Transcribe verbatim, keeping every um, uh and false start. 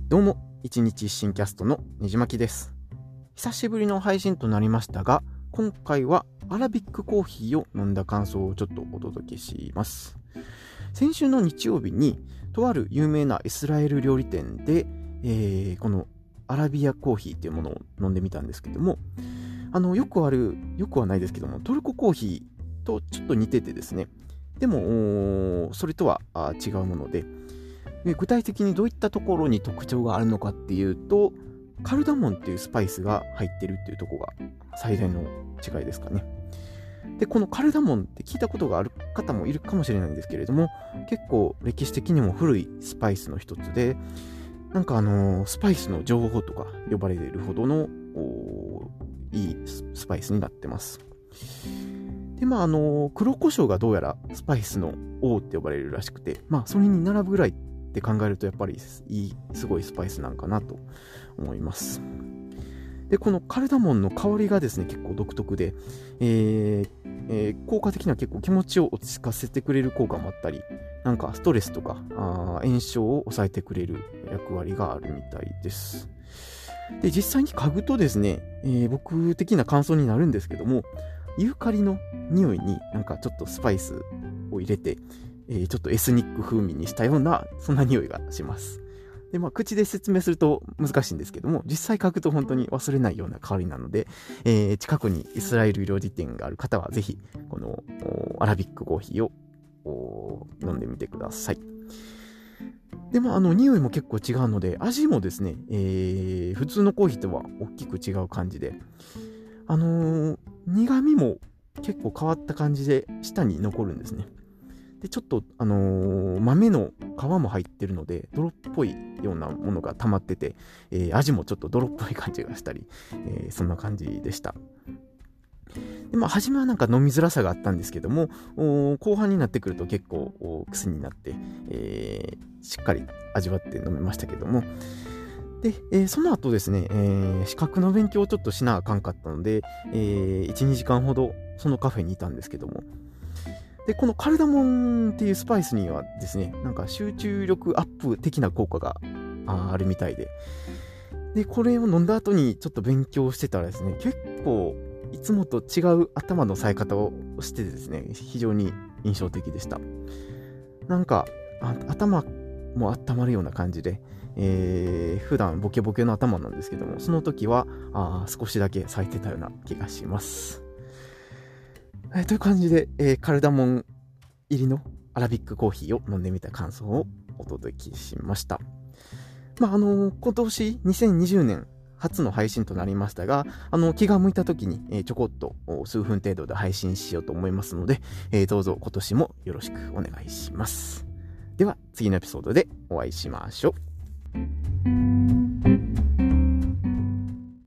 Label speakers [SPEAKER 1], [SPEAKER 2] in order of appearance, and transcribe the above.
[SPEAKER 1] どうも、一日一新キャストのねじまきです。久しぶりの配信となりましたが、今回はアラビックコーヒーを飲んだ感想をちょっとお届けします。先週の日曜日に、とある有名なイスラエル料理店で、えー、このアラビアコーヒーっていうものを飲んでみたんですけども、あの、よくある、よくはないですけども、トルココーヒーとちょっと似ててですね、でも、それとは違うもので、で具体的にどういったところに特徴があるのかっていうと、カルダモンっていうスパイスが入ってるっていうところが最大の違いですかね。で、このカルダモンって聞いたことがある方もいるかもしれないんですけれども、結構歴史的にも古いスパイスの一つで、なんかあのー、スパイスの女王とか呼ばれているほどのいいスパイスになってます。で、まああのー、黒胡椒がどうやらスパイスの王って呼ばれるらしくて、まあそれに並ぶぐらいって考えるとやっぱりいいすごいスパイスなんかなと思います。で、このカルダモンの香りがですね結構独特で、えーえー、効果的には結構気持ちを落ち着かせてくれる効果もあったり、なんかストレスとかあ炎症を抑えてくれる役割があるみたいです。で、実際に嗅ぐとですね、えー、僕的な感想になるんですけども、ユーカリの匂いになんかちょっとスパイスを入れて、えー、ちょっとエスニック風味にしたようなそんな匂いがします。で、まあ口で説明すると難しいんですけども、実際嗅ぐと本当に忘れないような香りなので、えー、近くにイスラエル料理店がある方はぜひこのアラビックコーヒーを飲んでみてください。で、まああの匂いも結構違うので、味もですね、えー、普通のコーヒーとは大きく違う感じで、あのー、苦味も結構変わった感じで舌に残るんですね。で、ちょっと、あのー、豆の皮も入ってるので、泥っぽいようなものが溜まってて、えー、味もちょっと泥っぽい感じがしたり、えー、そんな感じでした。で、まあ、初めはなんか飲みづらさがあったんですけども、後半になってくると結構癖になって、えー、しっかり味わって飲めましたけども、で、えー、その後ですね、えー、資格の勉強をちょっとしなあかんかったので、えー、いち、にじかんほどそのカフェにいたんですけども、で、このカルダモンっていうスパイスにはですね、なんか集中力アップ的な効果が あ, あるみたいで、で、これを飲んだ後にちょっと勉強してたらですね、結構いつもと違う頭の冴え方をしてですね、非常に印象的でした。なんか、あ頭も温まるような感じで、えー、普段ボケボケの頭なんですけども、その時はあ少しだけ冴えてたような気がします。えー、という感じで、えー、カルダモン入りのアラビックコーヒーを飲んでみた感想をお届けしました。まあ、あのー、今年にせんにじゅうねん初の配信となりましたが、あのー、気が向いた時に、えー、ちょこっと数分程度で配信しようと思いますので、えー、どうぞ今年もよろしくお願いします。では次のエピソードでお会いしましょう。